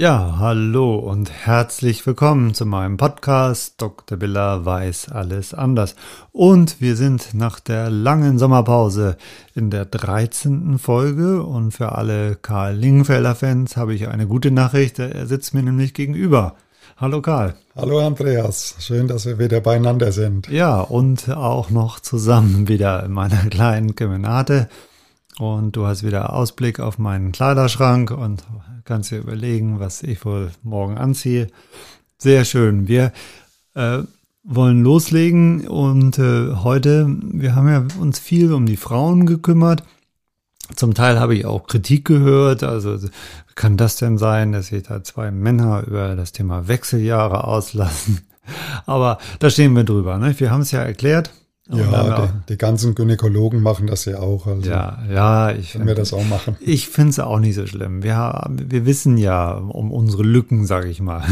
Ja, hallo und herzlich willkommen zu meinem Podcast Dr. Biller weiß alles anders. Und wir sind nach der langen Sommerpause in der 13. Folge und für alle Karl Lingenfelder Fans habe ich eine gute Nachricht, er sitzt mir nämlich gegenüber. Hallo Karl. Hallo Andreas, schön, dass wir wieder beieinander sind. Ja, und auch noch zusammen wieder in meiner kleinen Kemenate. Und du hast wieder Ausblick auf meinen Kleiderschrank und kannst dir überlegen, was ich wohl morgen anziehe. Sehr schön. Wir wollen loslegen und heute, wir haben ja uns viel um die Frauen gekümmert. Zum Teil habe ich auch Kritik gehört. Also kann das denn sein, dass sich da zwei Männer über das Thema Wechseljahre auslassen? Aber da stehen wir drüber, ne? Wir haben es ja erklärt. Ja, die ganzen Gynäkologen machen das ja auch. Also ja, können wir das auch machen. Ich finde es auch nicht so schlimm. Wir wissen ja um unsere Lücken, sage ich mal.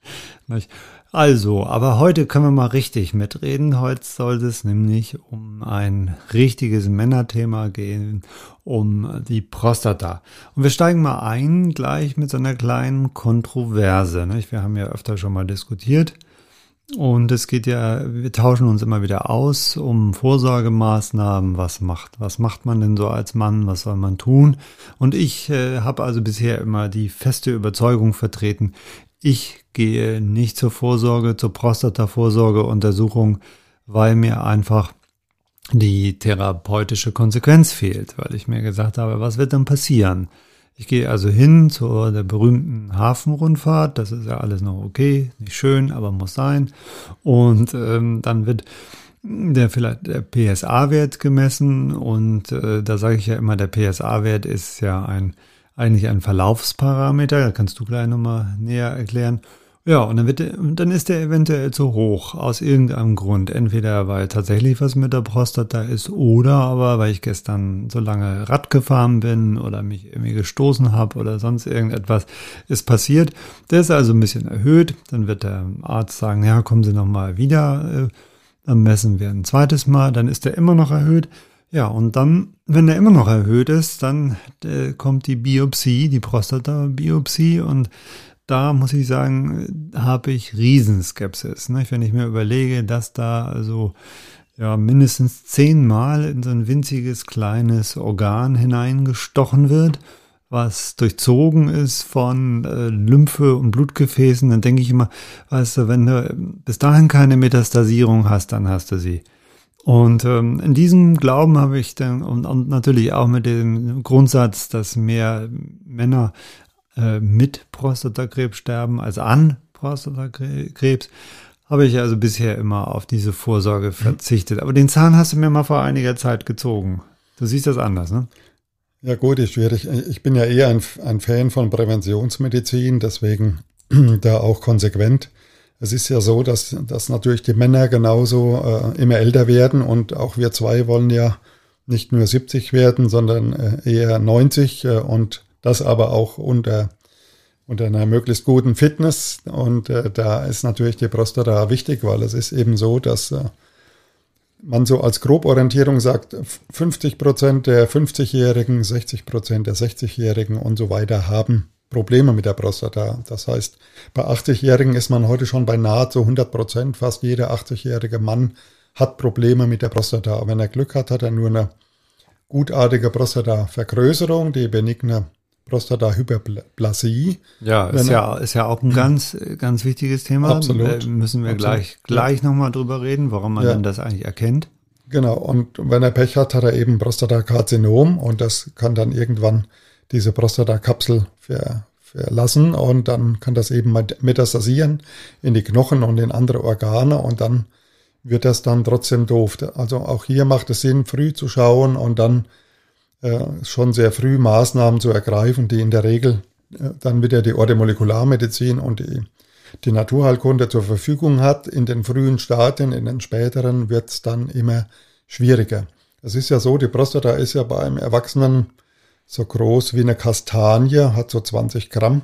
Also, aber heute können wir mal richtig mitreden. Heute soll es nämlich um ein richtiges Männerthema gehen, um die Prostata. Und wir steigen mal ein gleich mit so einer kleinen Kontroverse. Wir haben ja öfter schon mal diskutiert. Und es geht ja, wir tauschen uns immer wieder aus um Vorsorgemaßnahmen. Was macht man denn so als Mann? Was soll man tun? Und ich habe also bisher immer die feste Überzeugung vertreten, ich gehe nicht zur Prostata-Vorsorgeuntersuchung, weil mir einfach die therapeutische Konsequenz fehlt, weil ich mir gesagt habe, was wird dann passieren? Ich gehe also hin zu der berühmten Hafenrundfahrt, das ist ja alles noch okay, nicht schön, aber muss sein. Und dann wird der PSA-Wert gemessen und da sage ich ja immer, der PSA-Wert ist ja eigentlich ein Verlaufsparameter, da kannst du gleich nochmal näher erklären. Ja, und dann ist der eventuell zu hoch, aus irgendeinem Grund. Entweder weil tatsächlich was mit der Prostata ist oder aber weil ich gestern so lange Rad gefahren bin oder mich irgendwie gestoßen habe oder sonst irgendetwas ist passiert. Der ist also ein bisschen erhöht. Dann wird der Arzt sagen, ja, kommen Sie nochmal wieder. Dann messen wir ein zweites Mal. Dann ist der immer noch erhöht. Ja, und dann, wenn der immer noch erhöht ist, dann kommt die Biopsie, die Prostata-Biopsie und da muss ich sagen, habe ich Riesenskepsis. Wenn ich mir überlege, dass da also ja mindestens 10-mal in so ein winziges kleines Organ hineingestochen wird, was durchzogen ist von Lymphe und Blutgefäßen, dann denke ich immer, weißt du, wenn du bis dahin keine Metastasierung hast, dann hast du sie. Und in diesem Glauben habe ich dann und natürlich auch mit dem Grundsatz, dass mehr Männer mit Prostatakrebs sterben als an Prostatakrebs, habe ich also bisher immer auf diese Vorsorge verzichtet. Aber den Zahn hast du mir mal vor einiger Zeit gezogen. Du siehst das anders, ne? Ja gut, ist schwierig. Ich bin ja eher ein Fan von Präventionsmedizin, deswegen da auch konsequent. Es ist ja so, dass natürlich die Männer genauso immer älter werden und auch wir zwei wollen ja nicht nur 70 werden, sondern eher 90 und das aber auch unter einer möglichst guten Fitness. Und da ist natürlich die Prostata wichtig, weil es ist eben so, dass man so als Groborientierung sagt, 50% der 50-Jährigen, 60% der 60-Jährigen und so weiter haben Probleme mit der Prostata. Das heißt, bei 80-Jährigen ist man heute schon bei nahezu 100%. Fast jeder 80-jährige Mann hat Probleme mit der Prostata. Wenn er Glück hat, hat er nur eine gutartige Prostatavergrößerung, die benigne Prostatahyperplasie. Ja, ist ja auch ein ganz wichtiges Thema. Absolut. Müssen wir gleich nochmal drüber reden, warum man denn das eigentlich erkennt. Genau, und wenn er Pech hat, hat er eben Prostatakarzinom und das kann dann irgendwann diese Prostatakapsel verlassen und dann kann das eben metastasieren in die Knochen und in andere Organe und dann wird das dann trotzdem doof. Also auch hier macht es Sinn, früh zu schauen und dann schon sehr früh Maßnahmen zu ergreifen, die in der Regel dann wieder die Orthomolekularmedizin und die Naturheilkunde zur Verfügung hat. In den frühen Stadien, in den späteren wird es dann immer schwieriger. Es ist ja so, die Prostata ist ja bei einem Erwachsenen so groß wie eine Kastanie, hat so 20 Gramm.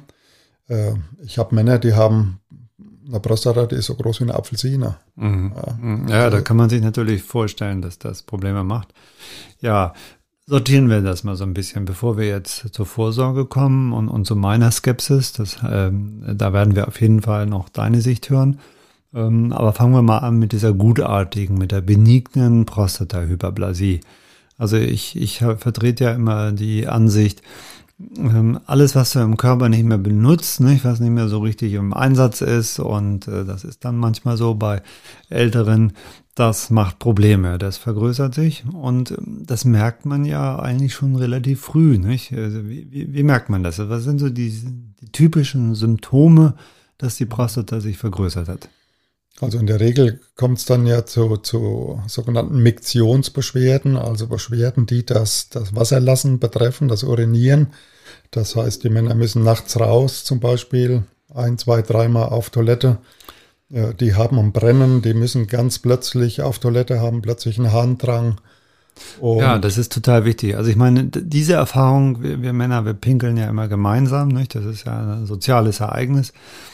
Ich habe Männer, die haben eine Prostata, die ist so groß wie eine Apfelsine. Mhm. Ja, da kann man sich natürlich vorstellen, dass das Probleme macht. Ja, sortieren wir das mal so ein bisschen, bevor wir jetzt zur Vorsorge kommen und zu meiner Skepsis. Da werden wir auf jeden Fall noch deine Sicht hören. Aber fangen wir mal an mit dieser gutartigen, mit der benignen Prostatahyperplasie. Also ich vertrete ja immer die Ansicht, alles, was du im Körper nicht mehr benutzt, nicht, was nicht mehr so richtig im Einsatz ist, und das ist dann manchmal so bei Älteren, das macht Probleme, das vergrößert sich, und das merkt man ja eigentlich schon relativ früh, nicht? Also wie merkt man das? Was sind so die typischen Symptome, dass die Prostata sich vergrößert hat? Also in der Regel kommt es dann ja zu sogenannten Miktionsbeschwerden, also Beschwerden, die das Wasserlassen betreffen, das Urinieren. Das heißt, die Männer müssen nachts raus, zum Beispiel 1, 2, 3 Mal auf Toilette. Ja, die haben ein Brennen, die müssen ganz plötzlich auf Toilette, haben plötzlich einen Harndrang. Ja, das ist total wichtig. Also ich meine, diese Erfahrung, wir Männer, wir pinkeln ja immer gemeinsam, nicht? Das ist ja ein soziales Ereignis.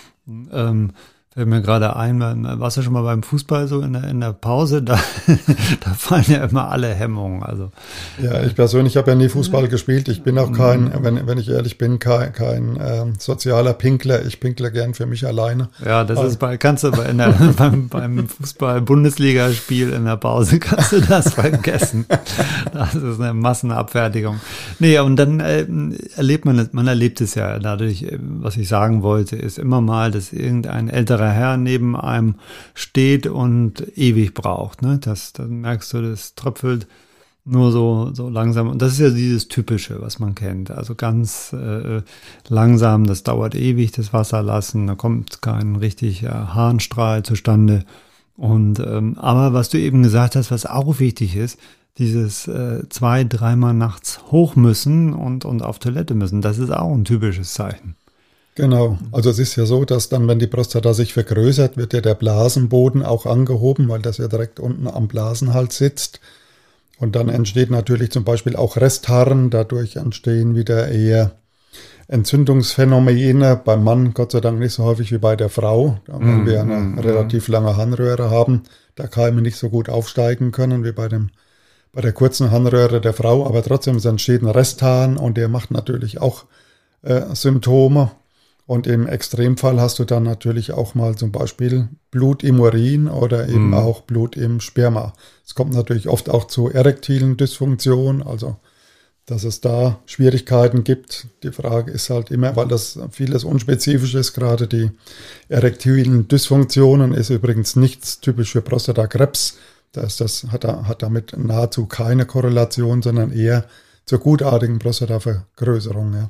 Fällt mir gerade ein, warst du schon mal beim Fußball so in der Pause? Da fallen ja immer alle Hemmungen. Also ja, ich persönlich habe ja nie Fußball gespielt. Ich bin auch kein, wenn ich ehrlich bin, kein sozialer Pinkler. Ich pinkle gern für mich alleine. Ja, das ist kannst du beim Fußball-Bundesligaspiel in der Pause kannst du das vergessen. Das ist eine Massenabfertigung. Nee, und dann erlebt man erlebt es ja dadurch, was ich sagen wollte, ist immer mal, dass irgendein älterer Herr neben einem steht und ewig braucht. Ne? Dann merkst du, das tröpfelt nur so langsam. Und das ist ja dieses Typische, was man kennt. Also ganz langsam, das dauert ewig, das Wasser lassen. Da kommt kein richtiger Harnstrahl zustande. Und aber was du eben gesagt hast, was auch wichtig ist, dieses 2, 3 Mal nachts hoch müssen und auf Toilette müssen, das ist auch ein typisches Zeichen. Genau, also es ist ja so, dass dann, wenn die Prostata sich vergrößert, wird ja der Blasenboden auch angehoben, weil das ja direkt unten am Blasenhals sitzt. Und dann entsteht natürlich zum Beispiel auch Restharn, dadurch entstehen wieder eher Entzündungsphänomene, beim Mann Gott sei Dank nicht so häufig wie bei der Frau, weil wir eine relativ lange Harnröhre haben, da Keime nicht so gut aufsteigen können wie bei der kurzen Harnröhre der Frau, aber trotzdem es entsteht ein Restharn und der macht natürlich auch Symptome. Und im Extremfall hast du dann natürlich auch mal zum Beispiel Blut im Urin oder eben auch Blut im Sperma. Es kommt natürlich oft auch zu erektilen Dysfunktionen, also dass es da Schwierigkeiten gibt. Die Frage ist halt immer, weil das vieles unspezifisch ist, gerade die erektilen Dysfunktionen ist übrigens nichts typisch für Prostatakrebs. Hat damit nahezu keine Korrelation, sondern eher zur gutartigen Prostatavergrößerung.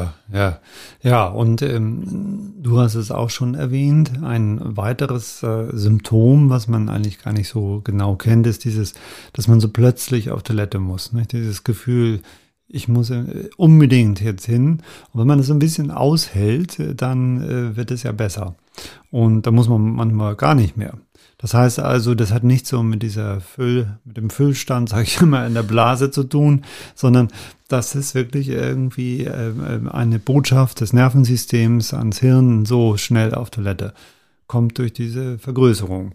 Ja, und du hast es auch schon erwähnt, ein weiteres Symptom, was man eigentlich gar nicht so genau kennt, ist dass man so plötzlich auf Toilette muss. Nicht? Dieses Gefühl, ich muss unbedingt jetzt hin. Und wenn man das ein bisschen aushält, dann wird es ja besser. Und da muss man manchmal gar nicht mehr. Das heißt also, das hat nicht so mit dem Füllstand, sage ich immer, in der Blase zu tun, sondern das ist wirklich irgendwie eine Botschaft des Nervensystems ans Hirn, so schnell auf Toilette, kommt durch diese Vergrößerung.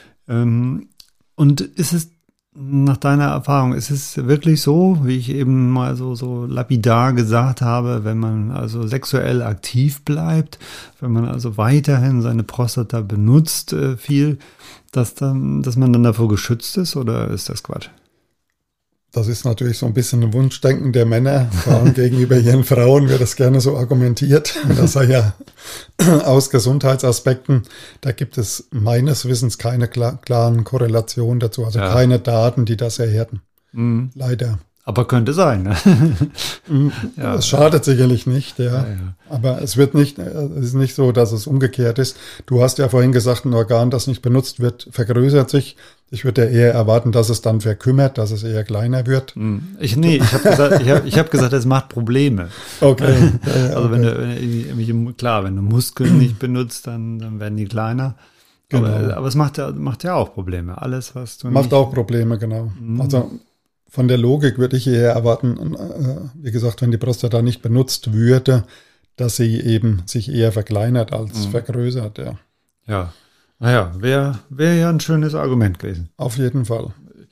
Und ist es nach deiner Erfahrung, ist es wirklich so, wie ich eben mal so lapidar gesagt habe, wenn man also sexuell aktiv bleibt, wenn man also weiterhin seine Prostata benutzt viel, dass man dann davor geschützt ist, oder ist das Quatsch? Das ist natürlich so ein bisschen ein Wunschdenken der Männer, vor allem gegenüber ihren Frauen wird das gerne so argumentiert. Das sei ja aus Gesundheitsaspekten, da gibt es meines Wissens keine klaren Korrelationen dazu, also keine Daten, die das erhärten. Leider. Aber könnte sein. Ne? Das schadet sicherlich nicht, ja. Aber es ist nicht so, dass es umgekehrt ist. Du hast ja vorhin gesagt, ein Organ, das nicht benutzt wird, vergrößert sich. Ich würde ja eher erwarten, dass es dann verkümmert, dass es eher kleiner wird. Ich habe gesagt, es macht Probleme. Okay. Also wenn du Muskeln nicht benutzt, dann werden die kleiner. Genau. Aber es macht ja auch Probleme. Alles, was du macht auch Probleme, genau. Also von der Logik würde ich eher erwarten, wie gesagt, wenn die Prostata nicht benutzt würde, dass sie eben sich eher verkleinert als vergrößert, ja. Ja. Naja, wäre ja ein schönes Argument gewesen. Auf jeden Fall.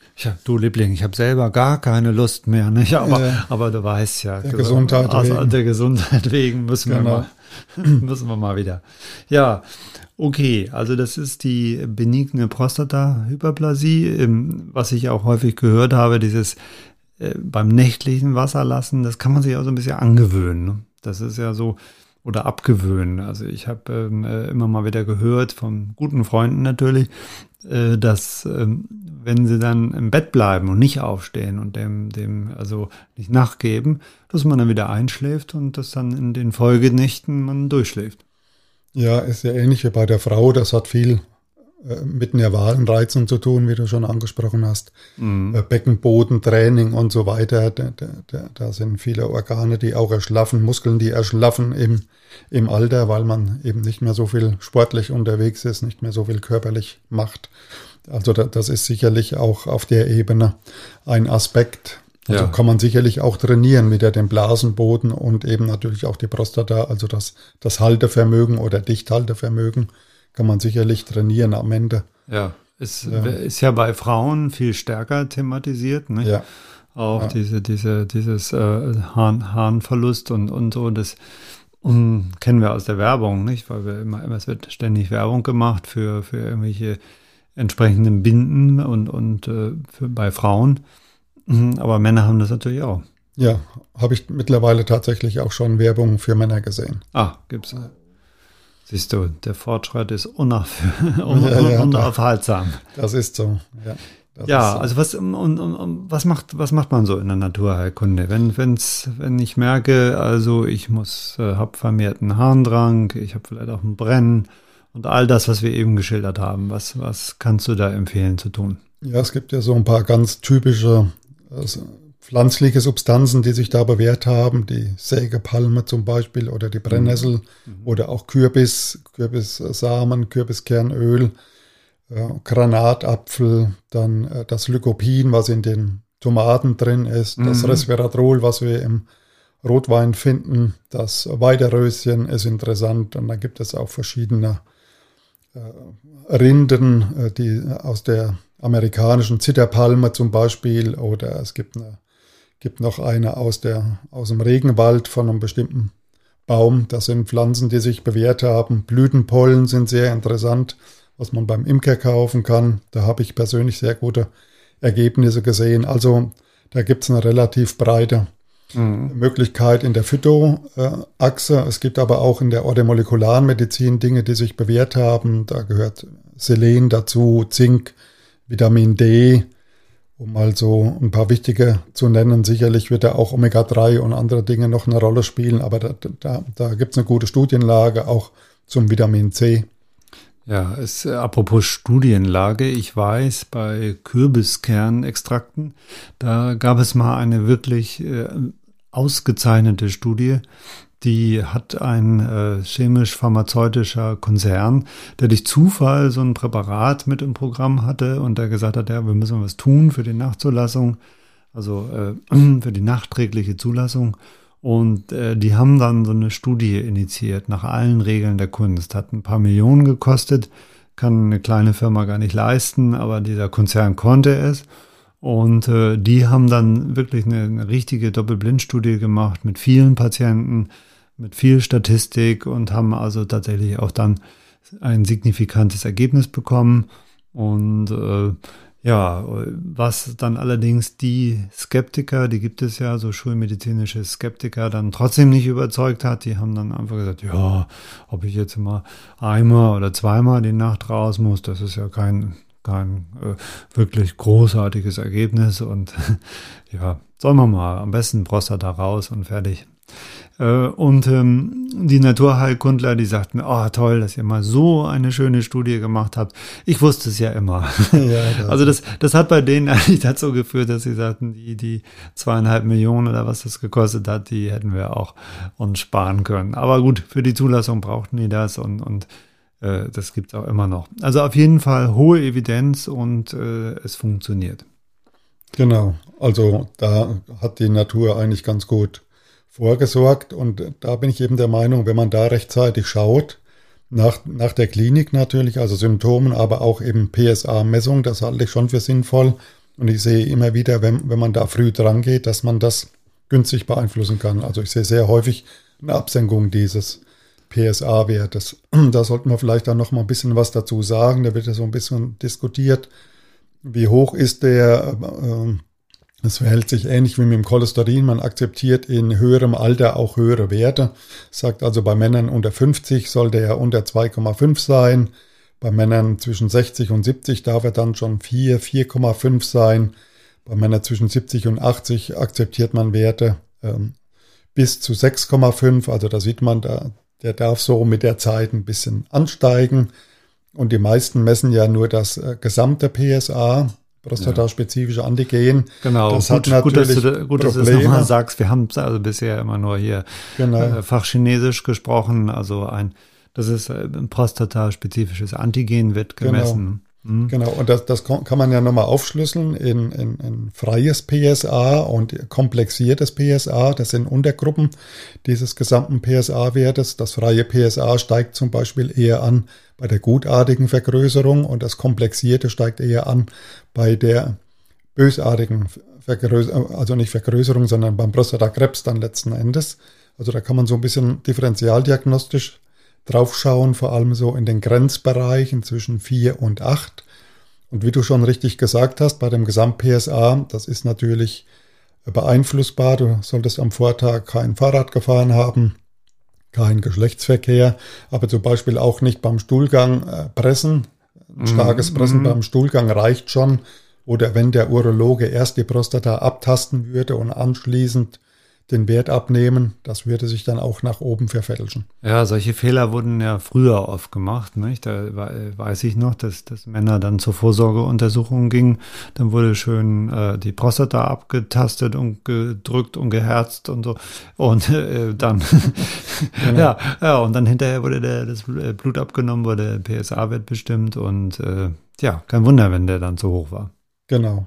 Ja, du Liebling, ich habe selber gar keine Lust mehr, nicht? Aber du weißt ja, der Gesundheit wegen. Der Gesundheit wegen müssen wir mal wieder. Ja, okay, also das ist die benigne Prostatahyperplasie, was ich auch häufig gehört habe, dieses beim nächtlichen Wasserlassen, das kann man sich auch so ein bisschen angewöhnen. Ne? Das ist ja so, oder abgewöhnen. Also ich habe immer mal wieder gehört von guten Freunden natürlich, dass wenn sie dann im Bett bleiben und nicht aufstehen und dem also nicht nachgeben, dass man dann wieder einschläft und dass dann in den Folgenächten man durchschläft. Ja, ist ja ähnlich wie bei der Frau. Das hat viel mit nervalen Reizen zu tun, wie du schon angesprochen hast. Beckenbodentraining und so weiter. Da sind viele Organe, die auch erschlaffen, Muskeln, die erschlaffen im Alter, weil man eben nicht mehr so viel sportlich unterwegs ist, nicht mehr so viel körperlich macht. Also das ist sicherlich auch auf der Ebene ein Aspekt. Also kann man sicherlich auch trainieren, wieder den Blasenboden und eben natürlich auch die Prostata, also das Haltevermögen oder Dichthaltevermögen kann man sicherlich trainieren am Ende. Ja, ist ja bei Frauen viel stärker thematisiert, ne? Ja. Auch dieses Harnverlust und so, das kennen wir aus der Werbung, nicht? Weil es wird ständig Werbung gemacht für irgendwelche entsprechenden Binden und bei Frauen. Aber Männer haben das natürlich auch. Ja, habe ich mittlerweile tatsächlich auch schon Werbung für Männer gesehen. Ah, gibt's. Siehst du, der Fortschritt ist unaufhaltsam. Das ist so, ja. Ja, also was macht man so in der Naturheilkunde? Wenn ich merke, also ich habe vermehrten Harndrang, ich habe vielleicht auch ein Brennen und all das, was wir eben geschildert haben, was kannst du da empfehlen zu tun? Ja, es gibt ja so ein paar ganz typische pflanzliche Substanzen, die sich da bewährt haben, die Sägepalme zum Beispiel oder die Brennnessel oder auch Kürbissamen, Kürbiskernöl, Granatapfel, dann das Lycopin, was in den Tomaten drin ist, das Resveratrol, was wir im Rotwein finden, das Weiderröschen ist interessant und dann gibt es auch verschiedene Rinden, die aus der amerikanischen Zitterpalme zum Beispiel oder es gibt noch eine aus dem Regenwald von einem bestimmten Baum. Das sind Pflanzen, die sich bewährt haben. Blütenpollen sind sehr interessant, was man beim Imker kaufen kann. Da habe ich persönlich sehr gute Ergebnisse gesehen. Also da gibt es eine relativ breite Möglichkeit in der Phytoachse. Es gibt aber auch in der Orthomolekularen Dinge, die sich bewährt haben. Da gehört Selen dazu, Zink, Vitamin D, um mal so ein paar wichtige zu nennen. Sicherlich wird da auch Omega-3 und andere Dinge noch eine Rolle spielen, aber da gibt es eine gute Studienlage auch zum Vitamin C. Ja, apropos Studienlage, ich weiß, bei Kürbiskernextrakten, da gab es mal eine wirklich ausgezeichnete Studie, die hat ein chemisch-pharmazeutischer Konzern, der durch Zufall so ein Präparat mit im Programm hatte und der gesagt hat, ja, wir müssen was tun für die Nachzulassung, also für die nachträgliche Zulassung. Und die haben dann so eine Studie initiiert, nach allen Regeln der Kunst. Hat ein paar Millionen gekostet, kann eine kleine Firma gar nicht leisten, aber dieser Konzern konnte es. Und die haben dann wirklich eine richtige Doppelblindstudie gemacht mit vielen Patienten, mit viel Statistik und haben also tatsächlich auch dann ein signifikantes Ergebnis bekommen. Und was dann allerdings die Skeptiker, die gibt es ja, so schulmedizinische Skeptiker, dann trotzdem nicht überzeugt hat, die haben dann einfach gesagt, ja, ob ich jetzt mal einmal oder zweimal die Nacht raus muss, das ist ja kein wirklich großartiges Ergebnis und ja, sollen wir mal, am besten Prostata raus und fertig. Und die Naturheilkundler, die sagten, oh toll, dass ihr mal so eine schöne Studie gemacht habt. Ich wusste es ja immer. Ja, also das hat bei denen eigentlich dazu geführt, dass sie sagten, die 2,5 Millionen oder was das gekostet hat, die hätten wir auch uns sparen können. Aber gut, für die Zulassung brauchten die das und das gibt's auch immer noch. Also auf jeden Fall hohe Evidenz und es funktioniert. Genau, also da hat die Natur eigentlich ganz gut vorgesorgt und da bin ich eben der Meinung, wenn man da rechtzeitig schaut, nach der Klinik natürlich, also Symptomen, aber auch eben PSA-Messung, das halte ich schon für sinnvoll Und ich sehe immer wieder, wenn man da früh dran geht, dass man das günstig beeinflussen kann. Also ich sehe sehr häufig eine Absenkung dieses PSA-Wertes. Da sollten wir vielleicht dann noch mal ein bisschen was dazu sagen. Da wird ja so ein bisschen diskutiert, wie hoch ist der. Es verhält sich ähnlich wie mit dem Cholesterin. Man akzeptiert in höherem Alter auch höhere Werte. Sagt also, bei Männern unter 50 sollte er unter 2,5 sein. Bei Männern zwischen 60 und 70 darf er dann schon 4,5 sein. Bei Männern zwischen 70 und 80 akzeptiert man Werte bis zu 6,5. Also da sieht man, der darf so mit der Zeit ein bisschen ansteigen. Und die meisten messen ja nur das gesamte PSA, prostataspezifische Antigen. Genau, das hat natürlich gut, dass du es nochmal sagst. Wir haben es also bisher immer nur hier Fachchinesisch gesprochen. Also das ist ein prostataspezifisches Antigen wird gemessen. Genau, und das kann man ja nochmal aufschlüsseln in freies PSA und komplexiertes PSA. Das sind Untergruppen dieses gesamten PSA-Wertes. Das freie PSA steigt zum Beispiel eher an bei der gutartigen Vergrößerung und das komplexierte steigt eher an bei der bösartigen Vergrößerung, also nicht Vergrößerung, sondern beim Prostatakrebs dann letzten Endes. Also da kann man so ein bisschen differentialdiagnostisch draufschauen, vor allem so in den Grenzbereichen zwischen 4 und 8. Und wie du schon richtig gesagt hast, bei dem Gesamt-PSA, das ist natürlich beeinflussbar. Du solltest am Vortag kein Fahrrad gefahren haben, kein Geschlechtsverkehr, aber zum Beispiel auch nicht beim Stuhlgang pressen. Ein starkes Pressen beim Stuhlgang reicht schon. Oder wenn der Urologe erst die Prostata abtasten würde und anschließend den Wert abnehmen, das würde sich dann auch nach oben verfälschen. Ja, solche Fehler wurden ja früher oft gemacht, nicht? Da weiß ich noch, dass Männer dann zur Vorsorgeuntersuchung gingen. Dann wurde schön die Prostata abgetastet und gedrückt und geherzt und so. Und dann genau. Und dann hinterher wurde das Blut abgenommen, wurde der PSA-Wert bestimmt und kein Wunder, wenn der dann zu hoch war. Genau.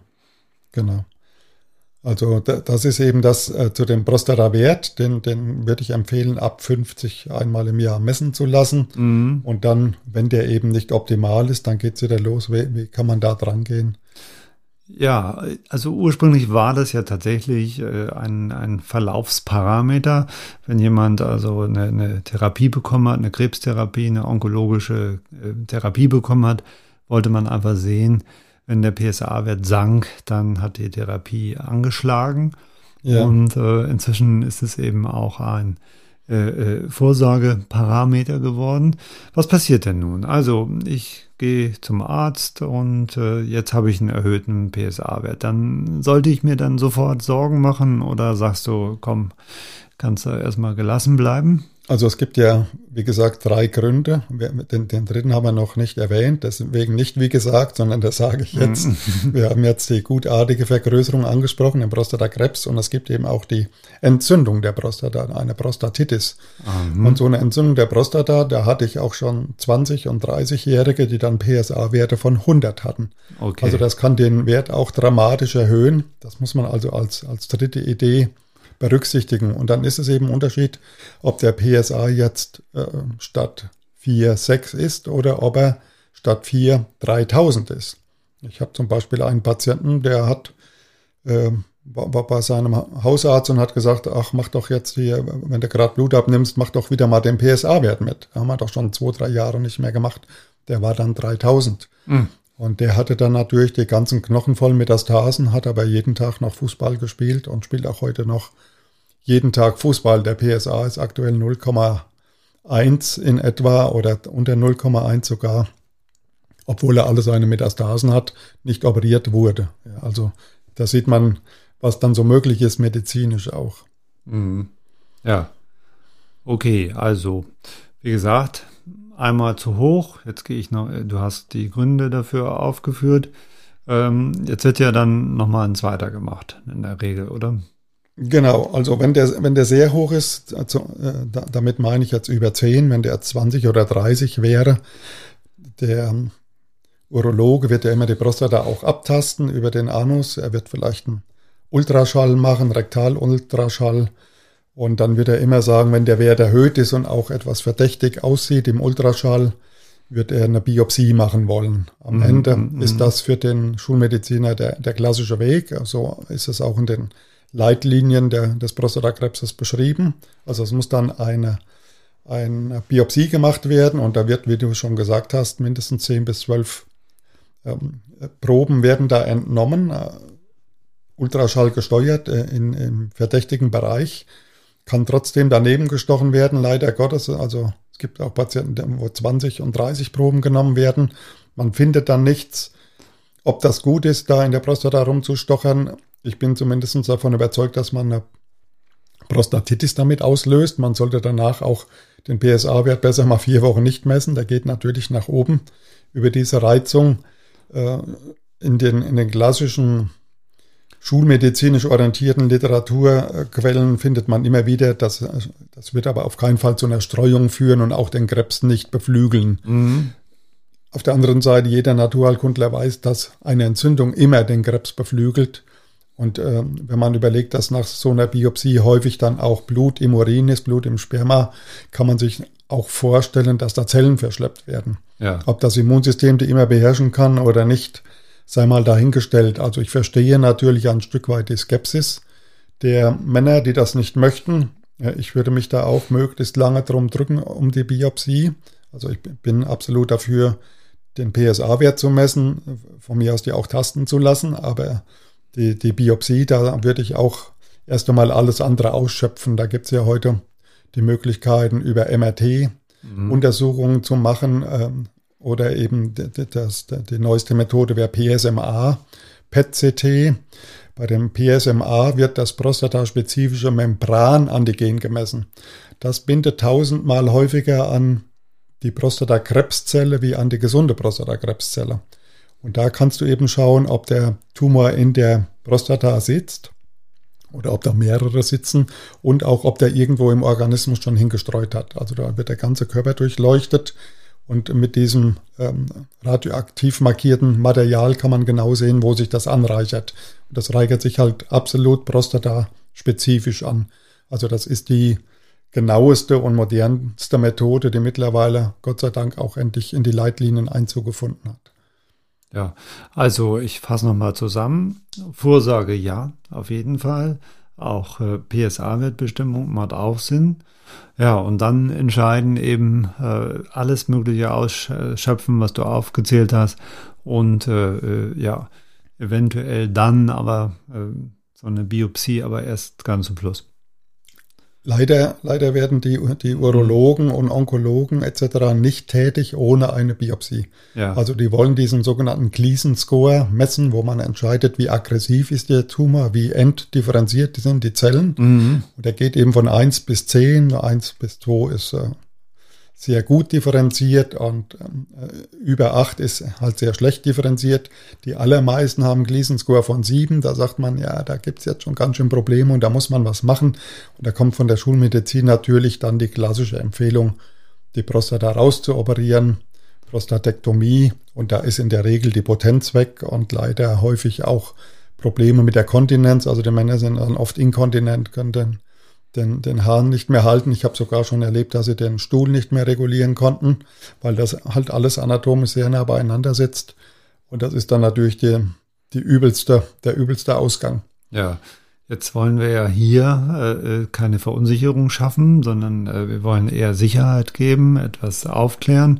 Also das ist eben das zu dem Prostatawert, den würde ich empfehlen, ab 50 einmal im Jahr messen zu lassen. Und dann, wenn der eben nicht optimal ist, dann geht es wieder los. Wie kann man da dran gehen? Ja, also ursprünglich war das ja tatsächlich ein Verlaufsparameter. Wenn jemand also eine Therapie bekommen hat, eine Krebstherapie, eine onkologische Therapie bekommen hat, wollte man einfach sehen, wenn der PSA-Wert sank, dann hat die Therapie angeschlagen. Ja. Und inzwischen ist es eben auch ein Vorsorgeparameter geworden. Was passiert denn nun? Also ich gehe zum Arzt und jetzt habe ich einen erhöhten PSA-Wert. Dann sollte ich mir dann sofort Sorgen machen oder sagst du, komm, kannst du erstmal gelassen bleiben? Also es gibt ja, wie gesagt, 3 Gründe. Den dritten haben wir noch nicht erwähnt, deswegen nicht wie gesagt, sondern das sage ich jetzt. Wir haben jetzt die gutartige Vergrößerung angesprochen, den Prostatakrebs, und es gibt eben auch die Entzündung der Prostata, eine Prostatitis. Und so eine Entzündung der Prostata, da hatte ich auch schon 20- und 30-Jährige, die dann PSA-Werte von 100 hatten. Okay. Also das kann den Wert auch dramatisch erhöhen. Das muss man also als dritte Idee berücksichtigen. Und dann ist es eben ein Unterschied, ob der PSA jetzt statt 4,6 ist oder ob er statt 4 3.000 ist. Ich habe zum Beispiel einen Patienten, der war bei seinem Hausarzt und hat gesagt, ach, mach doch jetzt hier, wenn du gerade Blut abnimmst, mach doch wieder mal den PSA-Wert mit. Haben wir doch schon 2-3 Jahre nicht mehr gemacht. Der war dann 3.000. Und der hatte dann natürlich die ganzen Knochen voll Metastasen, hat aber jeden Tag noch Fußball gespielt und spielt auch heute noch jeden Tag Fußball. Der PSA ist aktuell 0,1 in etwa oder unter 0,1 sogar, obwohl er alle seine Metastasen hat, nicht operiert wurde. Ja, also da sieht man, was dann so möglich ist medizinisch auch. Ja, okay, also wie gesagt, einmal zu hoch, jetzt gehe ich noch, du hast die Gründe dafür aufgeführt. Jetzt wird ja dann nochmal ein zweiter gemacht, in der Regel, oder? Genau, also wenn der sehr hoch ist, also, damit meine ich jetzt über 10, wenn der 20 oder 30 wäre, der Urologe wird ja immer die Prostata auch abtasten über den Anus, er wird vielleicht einen Ultraschall machen, Rektalultraschall. Und dann wird er immer sagen, wenn der Wert erhöht ist und auch etwas verdächtig aussieht im Ultraschall, wird er eine Biopsie machen wollen. Am Ende ist das für den Schulmediziner der klassische Weg. So ist es auch in den Leitlinien des Prostatakrebses beschrieben. Also es muss dann eine Biopsie gemacht werden und da wird, wie du schon gesagt hast, mindestens 10 bis 12 Proben werden da entnommen, Ultraschall gesteuert im verdächtigen Bereich, kann trotzdem daneben gestochen werden, leider Gottes. Also es gibt auch Patienten, wo 20 und 30 Proben genommen werden. Man findet dann nichts. Ob das gut ist, da in der Prostata rumzustochern, ich bin zumindest davon überzeugt, dass man eine Prostatitis damit auslöst. Man sollte danach auch den PSA-Wert besser mal 4 Wochen nicht messen. Der geht natürlich nach oben über diese Reizung. In den klassischen schulmedizinisch orientierten Literaturquellen findet man immer wieder, das wird aber auf keinen Fall zu einer Streuung führen und auch den Krebs nicht beflügeln. Auf der anderen Seite, jeder Naturheilkundler weiß, dass eine Entzündung immer den Krebs beflügelt. Und wenn man überlegt, dass nach so einer Biopsie häufig dann auch Blut im Urin ist, Blut im Sperma, kann man sich auch vorstellen, dass da Zellen verschleppt werden. Ja. Ob das Immunsystem die immer beherrschen kann oder nicht, sei mal dahingestellt. Also ich verstehe natürlich ein Stück weit die Skepsis der Männer, die das nicht möchten. Ich würde mich da auch möglichst lange drum drücken um die Biopsie. Also ich bin absolut dafür, den PSA-Wert zu messen, von mir aus die auch tasten zu lassen, aber die Biopsie, da würde ich auch erst einmal alles andere ausschöpfen. Da gibt es ja heute die Möglichkeiten, über MRT Untersuchungen zu machen oder eben die neueste Methode wäre PSMA, PET-CT. Bei dem PSMA wird das prostataspezifische Membranantigen gemessen. Das bindet 1000-mal häufiger an die Prostatakrebszelle wie an die gesunde Prostatakrebszelle. Und da kannst du eben schauen, ob der Tumor in der Prostata sitzt oder ob da mehrere sitzen und auch, ob der irgendwo im Organismus schon hingestreut hat. Also da wird der ganze Körper durchleuchtet und mit diesem radioaktiv markierten Material kann man genau sehen, wo sich das anreichert. Und das reichert sich halt absolut prostataspezifisch an. Also das ist die genaueste und modernste Methode, die mittlerweile Gott sei Dank auch endlich in die Leitlinien Einzug gefunden hat. Ja, also ich fasse nochmal zusammen. Vorsorge ja, auf jeden Fall. Auch PSA-Wertbestimmung macht auch Sinn. Ja, und dann entscheiden eben alles Mögliche ausschöpfen, was du aufgezählt hast. Und ja, eventuell dann aber so eine Biopsie, aber erst ganz zum Schluss. Leider werden die Urologen und Onkologen etc. nicht tätig ohne eine Biopsie. Ja. Also die wollen diesen sogenannten Gleason-Score messen, wo man entscheidet, wie aggressiv ist der Tumor, wie entdifferenziert sind die Zellen. Und der geht eben von 1 bis 10. 1 bis 2 ist sehr gut differenziert und über 8 ist halt sehr schlecht differenziert. Die allermeisten haben einen Gleason-Score von 7. Da sagt man, ja, da gibt es jetzt schon ganz schön Probleme und da muss man was machen. Und da kommt von der Schulmedizin natürlich dann die klassische Empfehlung, die Prostata rauszuoperieren, Prostatektomie. Und da ist in der Regel die Potenz weg und leider häufig auch Probleme mit der Kontinenz. Also die Männer sind dann oft inkontinent, können den Hahn nicht mehr halten. Ich habe sogar schon erlebt, dass sie den Stuhl nicht mehr regulieren konnten, weil das halt alles anatomisch sehr nah beieinander sitzt. Und das ist dann natürlich der übelste Ausgang. Ja, jetzt wollen wir ja hier keine Verunsicherung schaffen, sondern wir wollen eher Sicherheit geben, etwas aufklären.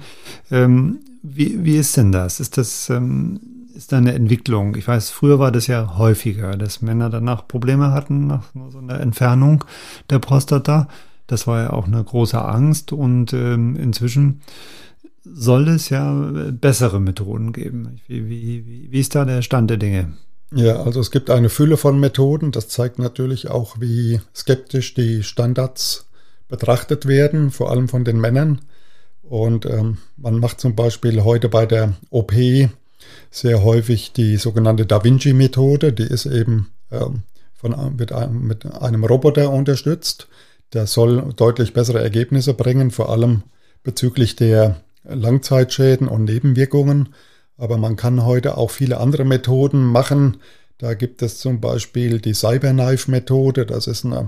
Wie ist denn das? Ist da eine Entwicklung? Ich weiß, früher war das ja häufiger, dass Männer danach Probleme hatten nach so einer Entfernung der Prostata. Das war ja auch eine große Angst und inzwischen soll es ja bessere Methoden geben. Wie ist da der Stand der Dinge? Ja, also es gibt eine Fülle von Methoden. Das zeigt natürlich auch, wie skeptisch die Standards betrachtet werden, vor allem von den Männern. Und man macht zum Beispiel heute bei der OP sehr häufig die sogenannte Da Vinci-Methode. Die ist eben mit einem Roboter unterstützt. Der soll deutlich bessere Ergebnisse bringen, vor allem bezüglich der Langzeitschäden und Nebenwirkungen. Aber man kann heute auch viele andere Methoden machen. Da gibt es zum Beispiel die Cyberknife-Methode. Das ist eine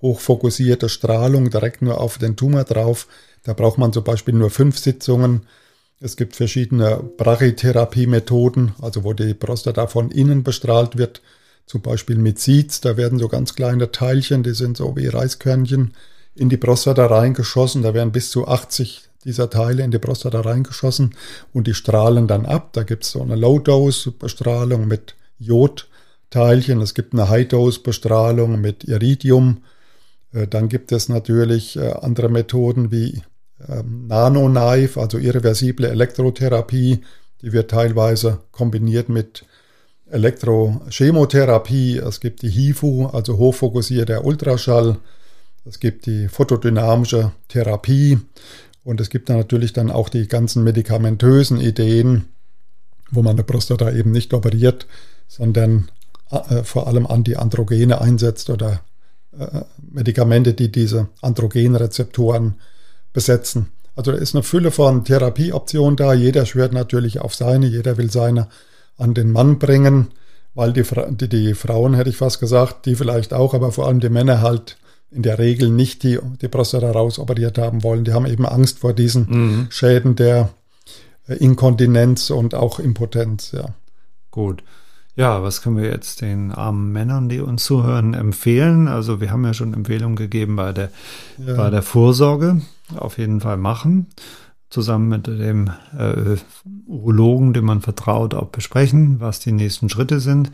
hochfokussierte Strahlung direkt nur auf den Tumor drauf. Da braucht man zum Beispiel nur 5 Sitzungen. Es gibt verschiedene Brachytherapie-Methoden, also wo die Prostata von innen bestrahlt wird, zum Beispiel mit Seeds. Da werden so ganz kleine Teilchen, die sind so wie Reiskörnchen, in die Prostata reingeschossen. Da werden bis zu 80 dieser Teile in die Prostata reingeschossen und die strahlen dann ab. Da gibt es so eine Low-Dose-Bestrahlung mit Jodteilchen. Es gibt eine High-Dose-Bestrahlung mit Iridium. Dann gibt es natürlich andere Methoden wie Nanoknife, also irreversible Elektrotherapie. Die wird teilweise kombiniert mit Elektrochemotherapie. Es gibt die HIFU, also hochfokussierter Ultraschall. Es gibt die photodynamische Therapie. Und es gibt dann natürlich dann auch die ganzen medikamentösen Ideen, wo man eine Prostata eben nicht operiert, sondern vor allem Antiandrogene einsetzt oder Medikamente, die diese Androgenrezeptoren besetzen. Also da ist eine Fülle von Therapieoptionen da. Jeder schwört natürlich auf seine, jeder will seine an den Mann bringen, weil die Frauen, hätte ich fast gesagt, die vielleicht auch, aber vor allem die Männer halt in der Regel nicht die Prostata rausoperiert haben wollen. Die haben eben Angst vor diesen Schäden der Inkontinenz und auch Impotenz. Ja. Gut. Ja, was können wir jetzt den armen Männern, die uns zuhören, empfehlen? Also wir haben ja schon Empfehlungen gegeben bei der Vorsorge. Auf jeden Fall machen. Zusammen mit dem Urologen, dem man vertraut, auch besprechen, was die nächsten Schritte sind.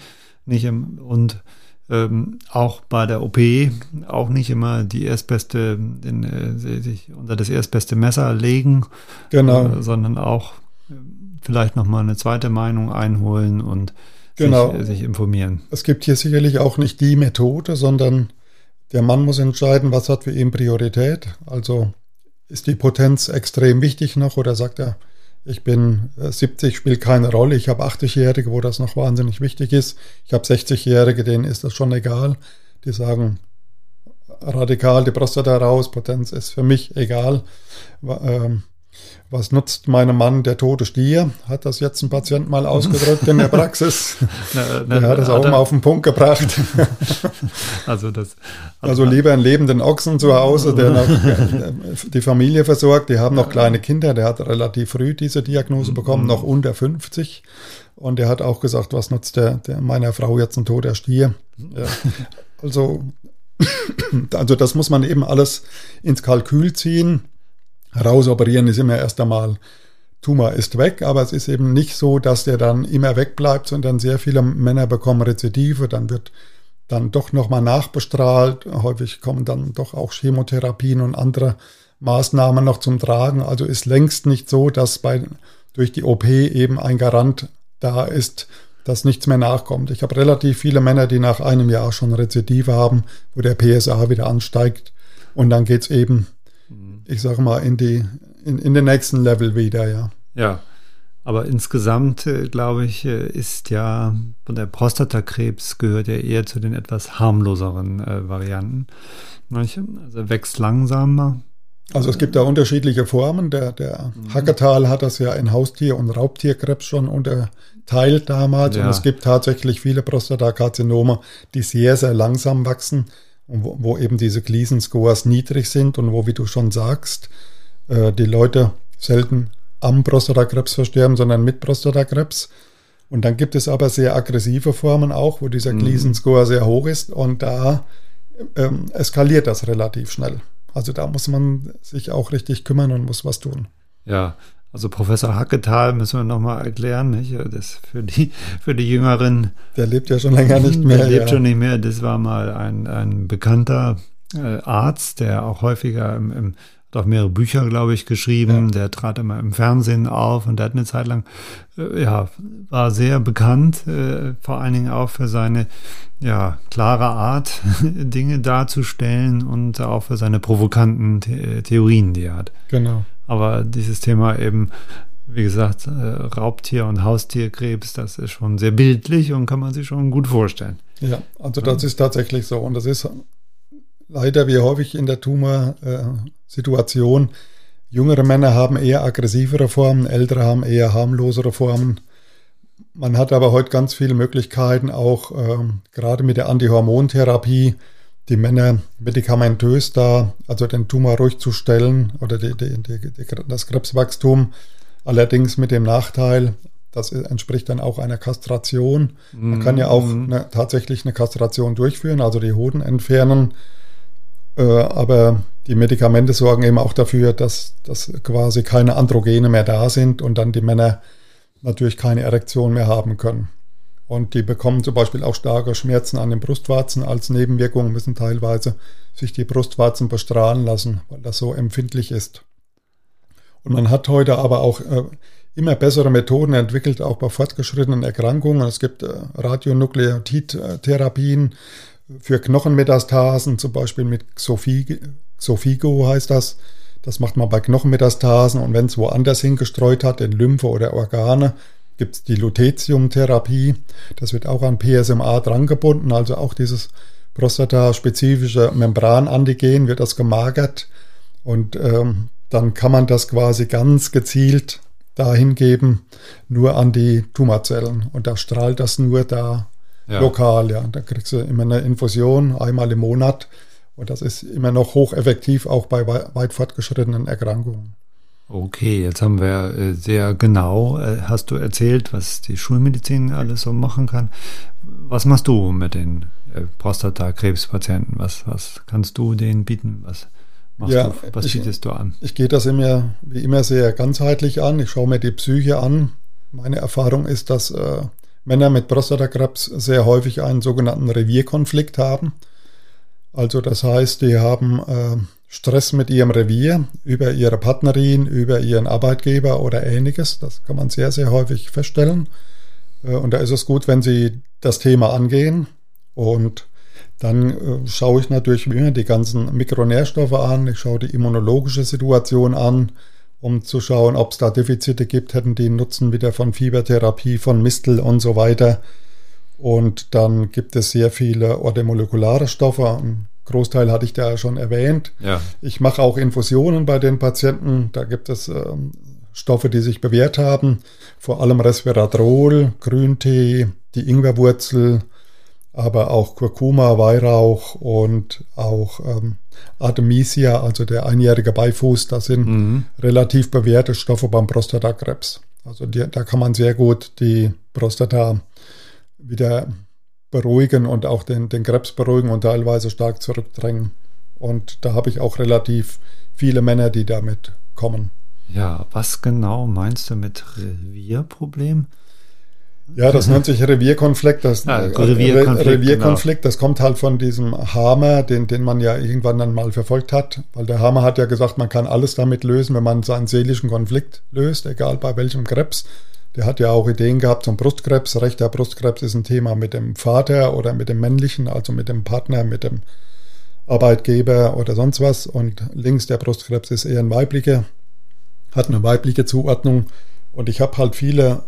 Auch bei der OP auch nicht immer sich unter das erstbeste Messer legen, genau. Sondern auch vielleicht nochmal eine zweite Meinung einholen und sich informieren. Es gibt hier sicherlich auch nicht die Methode, sondern der Mann muss entscheiden, was hat für ihn Priorität. Also ist die Potenz extrem wichtig noch oder sagt er, ich bin 70, spielt keine Rolle. Ich habe 80-Jährige, wo das noch wahnsinnig wichtig ist. Ich habe 60-Jährige, denen ist das schon egal. Die sagen radikal die Prostata raus, Potenz ist für mich egal. Was nutzt meinem Mann der tote Stier? Hat das jetzt ein Patient mal ausgedrückt in der Praxis? Der hat es auch mal auf den Punkt gebracht. Also lieber einen lebenden Ochsen zu Hause, der noch die Familie versorgt. Die haben noch kleine Kinder. Der hat relativ früh diese Diagnose bekommen, noch unter 50. Und der hat auch gesagt, was nutzt meiner Frau jetzt ein toter Stier? Ja. Also das muss man eben alles ins Kalkül ziehen. Rausoperieren ist immer erst einmal, Tumor ist weg, aber es ist eben nicht so, dass der dann immer wegbleibt, sondern sehr viele Männer bekommen Rezidive, dann wird dann doch nochmal nachbestrahlt, häufig kommen dann doch auch Chemotherapien und andere Maßnahmen noch zum Tragen, also ist längst nicht so, dass durch die OP eben ein Garant da ist, dass nichts mehr nachkommt. Ich habe relativ viele Männer, die nach einem Jahr schon Rezidive haben, wo der PSA wieder ansteigt und dann geht's eben, ich sage mal, in den nächsten Level wieder, ja. Ja, aber insgesamt, glaube ich, ist ja der Prostatakrebs gehört ja eher zu den etwas harmloseren Varianten. Also wächst langsamer. Also es gibt da unterschiedliche Formen. Der Hackertal hat das ja in Haustier- und Raubtierkrebs schon unterteilt damals. Ja. Und es gibt tatsächlich viele Prostatakarzinome, die sehr, sehr langsam wachsen. Und wo eben diese Gleason-Scores niedrig sind und wo, wie du schon sagst, die Leute selten am Prostatakrebs versterben, sondern mit Prostatakrebs. Und dann gibt es aber sehr aggressive Formen auch, wo dieser Gleason-Score sehr hoch ist und da eskaliert das relativ schnell. Also da muss man sich auch richtig kümmern und muss was tun. Ja, also Professor Hacketal müssen wir nochmal erklären, nicht? Das für die Jüngeren. Der lebt ja schon länger nicht mehr. Der lebt schon nicht mehr. Das war mal ein bekannter Arzt, der auch häufiger hat auch mehrere Bücher, glaube ich, geschrieben. Ja. Der trat immer im Fernsehen auf und der hat eine Zeit lang, war sehr bekannt, vor allen Dingen auch für seine klare Art, Dinge darzustellen und auch für seine provokanten Theorien, die er hat. Genau. Aber dieses Thema eben, wie gesagt, Raubtier- und Haustierkrebs, das ist schon sehr bildlich und kann man sich schon gut vorstellen. Ja, also das ist tatsächlich so. Und das ist leider wie häufig in der Tumorsituation. Jüngere Männer haben eher aggressivere Formen, ältere haben eher harmlosere Formen. Man hat aber heute ganz viele Möglichkeiten, auch gerade mit der Antihormontherapie, die Männer medikamentös also den Tumor ruhig zu stellen oder das Krebswachstum Allerdings mit dem Nachteil, das entspricht dann auch einer Kastration. Man kann ja auch tatsächlich eine Kastration durchführen, also die Hoden entfernen. Aber die Medikamente sorgen eben auch dafür, dass quasi keine Androgene mehr da sind und dann die Männer natürlich keine Erektion mehr haben können. Und die bekommen zum Beispiel auch starke Schmerzen an den Brustwarzen. Als Nebenwirkung müssen teilweise sich die Brustwarzen bestrahlen lassen, weil das so empfindlich ist. Und man hat heute aber auch immer bessere Methoden entwickelt, auch bei fortgeschrittenen Erkrankungen. Es gibt Radionukleotidtherapien für Knochenmetastasen, zum Beispiel mit Xofigo heißt das. Das macht man bei Knochenmetastasen und wenn es woanders hingestreut hat, in Lymphe oder Organe, gibt es die Lutetium-Therapie. Das wird auch an PSMA drangebunden, also auch dieses prostataspezifische Membranantigen wird das gemagert und dann kann man das quasi ganz gezielt dahin geben, nur an die Tumorzellen und da strahlt das nur da lokal. Ja. Da kriegst du immer eine Infusion einmal im Monat und das ist immer noch hocheffektiv, auch bei weit fortgeschrittenen Erkrankungen. Okay, jetzt haben wir sehr genau, hast du erzählt, was die Schulmedizin alles so machen kann. Was machst du mit den Prostatakrebspatienten? Was kannst du denen bieten? Was bietest du an? Ich gehe das wie immer sehr ganzheitlich an. Ich schaue mir die Psyche an. Meine Erfahrung ist, dass Männer mit Prostatakrebs sehr häufig einen sogenannten Revierkonflikt haben. Also das heißt, die haben Stress mit ihrem Revier, über ihre Partnerin, über ihren Arbeitgeber oder Ähnliches. Das kann man sehr, sehr häufig feststellen. Und da ist es gut, wenn sie das Thema angehen. Und dann schaue ich natürlich immer die ganzen Mikronährstoffe an. Ich schaue die immunologische Situation an, um zu schauen, ob es da Defizite gibt. Hätten die Nutzen wieder von Fiebertherapie, von Mistel und so weiter. Und dann gibt es sehr viele orthomolekulare Stoffe. Ein Großteil hatte ich da schon erwähnt. Ja. Ich mache auch Infusionen bei den Patienten. Da gibt es Stoffe, die sich bewährt haben. Vor allem Resveratrol, Grüntee, die Ingwerwurzel, aber auch Kurkuma, Weihrauch und auch Artemisia, also der einjährige Beifuß. Das sind relativ bewährte Stoffe beim Prostatakrebs. Also da kann man sehr gut die Prostata wieder beruhigen und auch den Krebs beruhigen und teilweise stark zurückdrängen. Und da habe ich auch relativ viele Männer, die damit kommen. Ja, was genau meinst du mit Revierproblem? Ja, das nennt sich Revierkonflikt. Revierkonflikt, das kommt halt von diesem Hamer, den man ja irgendwann dann mal verfolgt hat. Weil der Hamer hat ja gesagt, man kann alles damit lösen, wenn man seinen seelischen Konflikt löst, egal bei welchem Krebs. Der hat ja auch Ideen gehabt zum Brustkrebs. Rechter Brustkrebs ist ein Thema mit dem Vater oder mit dem männlichen, also mit dem Partner, mit dem Arbeitgeber oder sonst was. Und links der Brustkrebs ist eher ein weiblicher, hat eine weibliche Zuordnung. Und ich habe halt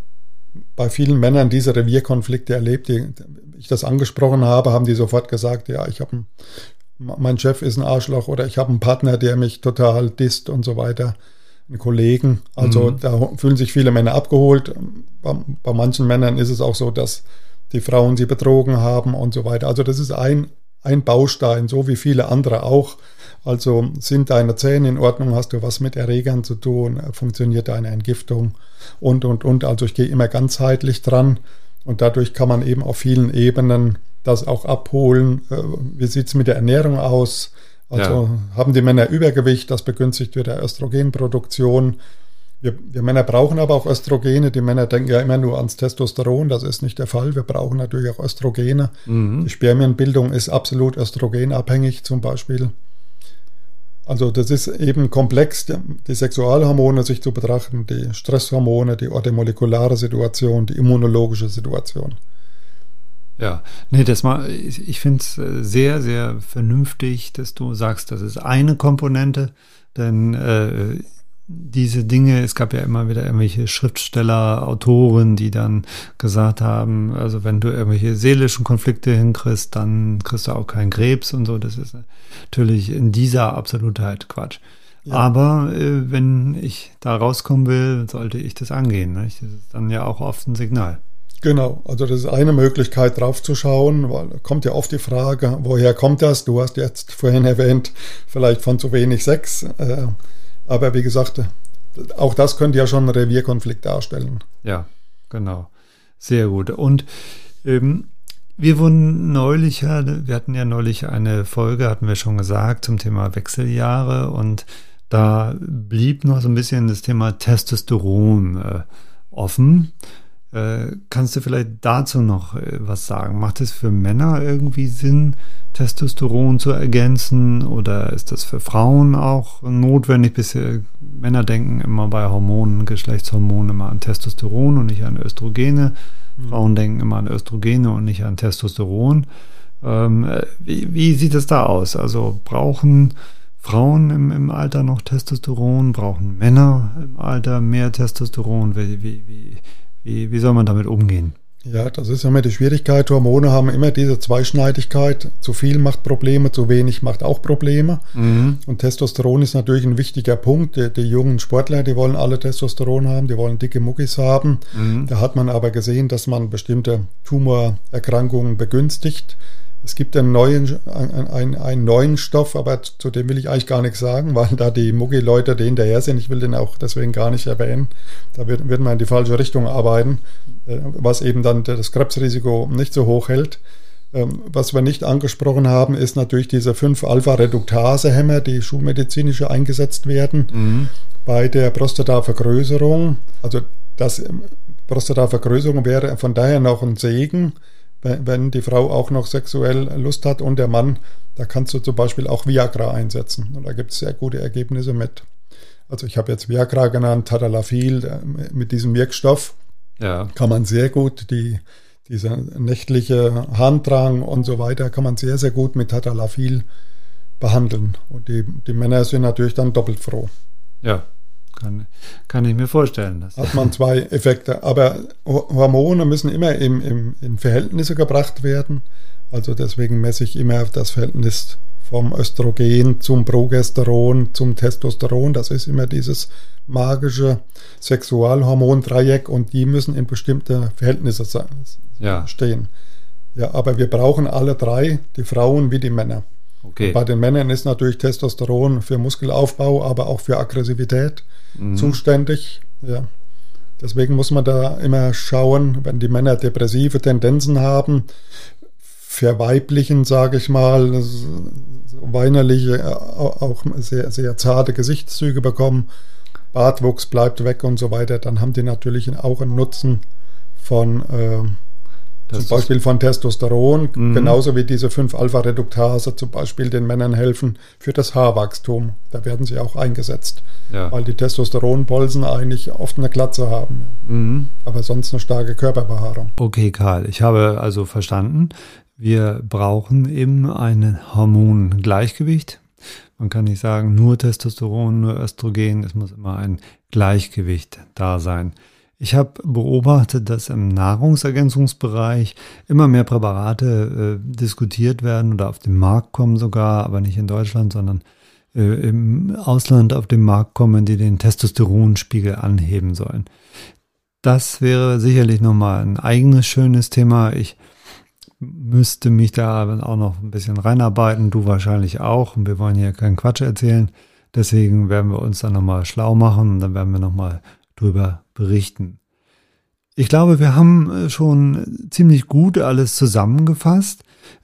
bei vielen Männern diese Revierkonflikte erlebt, die ich das angesprochen habe, haben die sofort gesagt, ja, mein Chef ist ein Arschloch oder ich habe einen Partner, der mich total disst und so weiter. Einen Kollegen. Also da fühlen sich viele Männer abgeholt. Bei manchen Männern ist es auch so, dass die Frauen sie betrogen haben und so weiter. Also das ist ein Baustein, so wie viele andere auch. Also sind deine Zähne in Ordnung, hast du was mit Erregern zu tun, funktioniert deine Entgiftung und. Also ich gehe immer ganzheitlich dran und dadurch kann man eben auf vielen Ebenen das auch abholen. Wie sieht es mit der Ernährung aus? Also haben die Männer Übergewicht, das begünstigt wieder Östrogenproduktion. Wir Männer brauchen aber auch Östrogene. Die Männer denken ja immer nur ans Testosteron, das ist nicht der Fall. Wir brauchen natürlich auch Östrogene. Die Spermienbildung ist absolut östrogenabhängig zum Beispiel. Also das ist eben komplex, die Sexualhormone sich zu betrachten, die Stresshormone, die orthomolekulare Situation, die immunologische Situation. Ja, ich finde es sehr, sehr vernünftig, dass du sagst, das ist eine Komponente, denn diese Dinge, es gab ja immer wieder irgendwelche Schriftsteller, Autoren, die dann gesagt haben, also wenn du irgendwelche seelischen Konflikte hinkriegst, dann kriegst du auch keinen Krebs und so, das ist natürlich in dieser Absolutheit Quatsch. Ja. Aber wenn ich da rauskommen will, sollte ich das angehen, nicht? Das ist dann ja auch oft ein Signal. Genau, also das ist eine Möglichkeit drauf zu schauen, weil da kommt ja oft die Frage, woher kommt das? Du hast jetzt vorhin erwähnt, vielleicht von zu wenig Sex, aber wie gesagt, auch das könnte ja schon einen Revierkonflikt darstellen. Ja, genau. Sehr gut. Und wir hatten ja neulich eine Folge, hatten wir schon gesagt, zum Thema Wechseljahre und da blieb noch so ein bisschen das Thema Testosteron offen. Kannst du vielleicht dazu noch was sagen? Macht es für Männer irgendwie Sinn, Testosteron zu ergänzen oder ist das für Frauen auch notwendig? Bisher Männer denken immer bei Hormonen, Geschlechtshormonen immer an Testosteron und nicht an Östrogene. Frauen denken immer an Östrogene und nicht an Testosteron. Wie sieht es da aus? Also brauchen Frauen im Alter noch Testosteron? Brauchen Männer im Alter mehr Testosteron? Wie soll man damit umgehen? Ja, das ist immer die Schwierigkeit. Hormone haben immer diese Zweischneidigkeit. Zu viel macht Probleme, zu wenig macht auch Probleme. Mhm. Und Testosteron ist natürlich ein wichtiger Punkt. Die jungen Sportler, die wollen alle Testosteron haben, die wollen dicke Muckis haben. Mhm. Da hat man aber gesehen, dass man bestimmte Tumorerkrankungen begünstigt. Es gibt einen neuen Stoff, aber zu dem will ich eigentlich gar nichts sagen, weil da die Mucki-Leute den hinterher sind. Ich will den auch deswegen gar nicht erwähnen. Da wird man in die falsche Richtung arbeiten, was eben dann das Krebsrisiko nicht so hoch hält. Was wir nicht angesprochen haben, ist natürlich diese 5-Alpha-Reduktase-Hämmer, die schulmedizinisch eingesetzt werden bei der Prostatavergrößerung. Also Prostatavergrößerung wäre von daher noch ein Segen, wenn die Frau auch noch sexuell Lust hat und der Mann, da kannst du zum Beispiel auch Viagra einsetzen. Und da gibt es sehr gute Ergebnisse mit. Also ich habe jetzt Viagra genannt, Tadalafil, mit diesem Wirkstoff kann man sehr gut dieser nächtliche Harndrang und so weiter, kann man sehr, sehr gut mit Tadalafil behandeln. Und die Männer sind natürlich dann doppelt froh. Ja. Kann ich mir vorstellen. Hat man zwei Effekte. Aber Hormone müssen immer in Verhältnisse gebracht werden. Also deswegen messe ich immer das Verhältnis vom Östrogen zum Progesteron zum Testosteron. Das ist immer dieses magische Sexualhormon-Dreieck und die müssen in bestimmte Verhältnisse stehen. Ja, aber wir brauchen alle drei, die Frauen wie die Männer. Okay. Bei den Männern ist natürlich Testosteron für Muskelaufbau, aber auch für Aggressivität zuständig. Ja. Deswegen muss man da immer schauen, wenn die Männer depressive Tendenzen haben, verweiblichen, sage ich mal, weinerliche, auch sehr, sehr zarte Gesichtszüge bekommen, Bartwuchs bleibt weg und so weiter, dann haben die natürlich auch einen Nutzen von zum Beispiel von Testosteron, genauso wie diese 5-Alpha-Reduktase zum Beispiel den Männern helfen für das Haarwachstum. Da werden sie auch eingesetzt, weil die Testosteronbolzen eigentlich oft eine Glatze haben, aber sonst eine starke Körperbehaarung. Okay, Karl, ich habe also verstanden, wir brauchen eben ein Hormongleichgewicht. Man kann nicht sagen, nur Testosteron, nur Östrogen, es muss immer ein Gleichgewicht da sein. Ich habe beobachtet, dass im Nahrungsergänzungsbereich immer mehr Präparate diskutiert werden oder auf den Markt kommen sogar, aber nicht in Deutschland, sondern im Ausland auf den Markt kommen, die den Testosteronspiegel anheben sollen. Das wäre sicherlich nochmal ein eigenes schönes Thema. Ich müsste mich da auch noch ein bisschen reinarbeiten, du wahrscheinlich auch. Und wir wollen hier keinen Quatsch erzählen. Deswegen werden wir uns dann nochmal schlau machen und dann werden wir nochmal drüber berichten. Ich glaube, wir haben schon ziemlich gut alles zusammengefasst.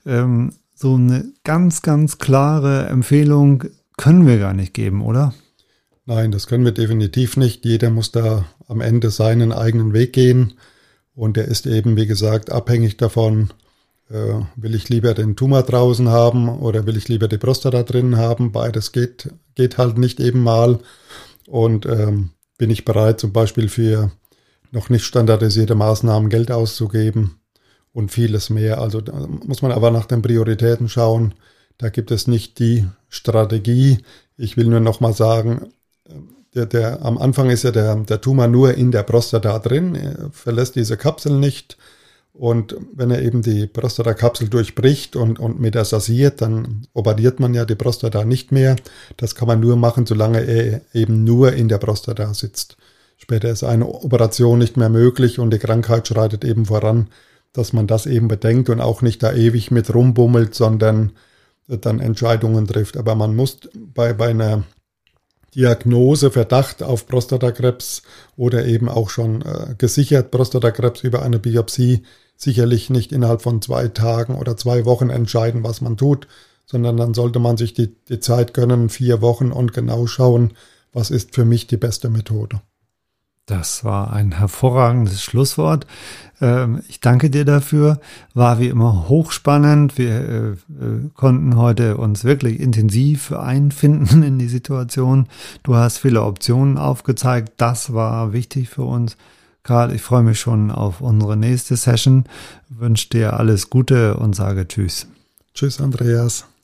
So eine ganz, ganz klare Empfehlung können wir gar nicht geben, oder? Nein, das können wir definitiv nicht. Jeder muss da am Ende seinen eigenen Weg gehen. Und der ist eben, wie gesagt, abhängig davon, will ich lieber den Tumor draußen haben oder will ich lieber die Prostata drin haben. Beides geht halt nicht eben mal. Und bin ich bereit, zum Beispiel für noch nicht standardisierte Maßnahmen Geld auszugeben und vieles mehr. Also da muss man aber nach den Prioritäten schauen. Da gibt es nicht die Strategie. Ich will nur noch mal sagen, am Anfang ist ja der Tumor nur in der Prostata drin, er verlässt diese Kapsel nicht. Und wenn er eben die Prostatakapsel durchbricht und metastasiert, dann operiert man ja die Prostata nicht mehr. Das kann man nur machen, solange er eben nur in der Prostata sitzt. Später ist eine Operation nicht mehr möglich und die Krankheit schreitet eben voran, dass man das eben bedenkt und auch nicht da ewig mit rumbummelt, sondern dann Entscheidungen trifft. Aber man muss bei einer Diagnose, Verdacht auf Prostatakrebs oder eben auch schon gesichert Prostatakrebs über eine Biopsie sicherlich nicht innerhalb von 2 Tagen oder 2 Wochen entscheiden, was man tut, sondern dann sollte man sich die Zeit gönnen, 4 Wochen und genau schauen, was ist für mich die beste Methode. Das war ein hervorragendes Schlusswort. Ich danke dir dafür. War wie immer hochspannend. Wir konnten heute uns wirklich intensiv einfinden in die Situation. Du hast viele Optionen aufgezeigt. Das war wichtig für uns. Karl, ich freue mich schon auf unsere nächste Session. Wünsche dir alles Gute und sage Tschüss. Tschüss, Andreas.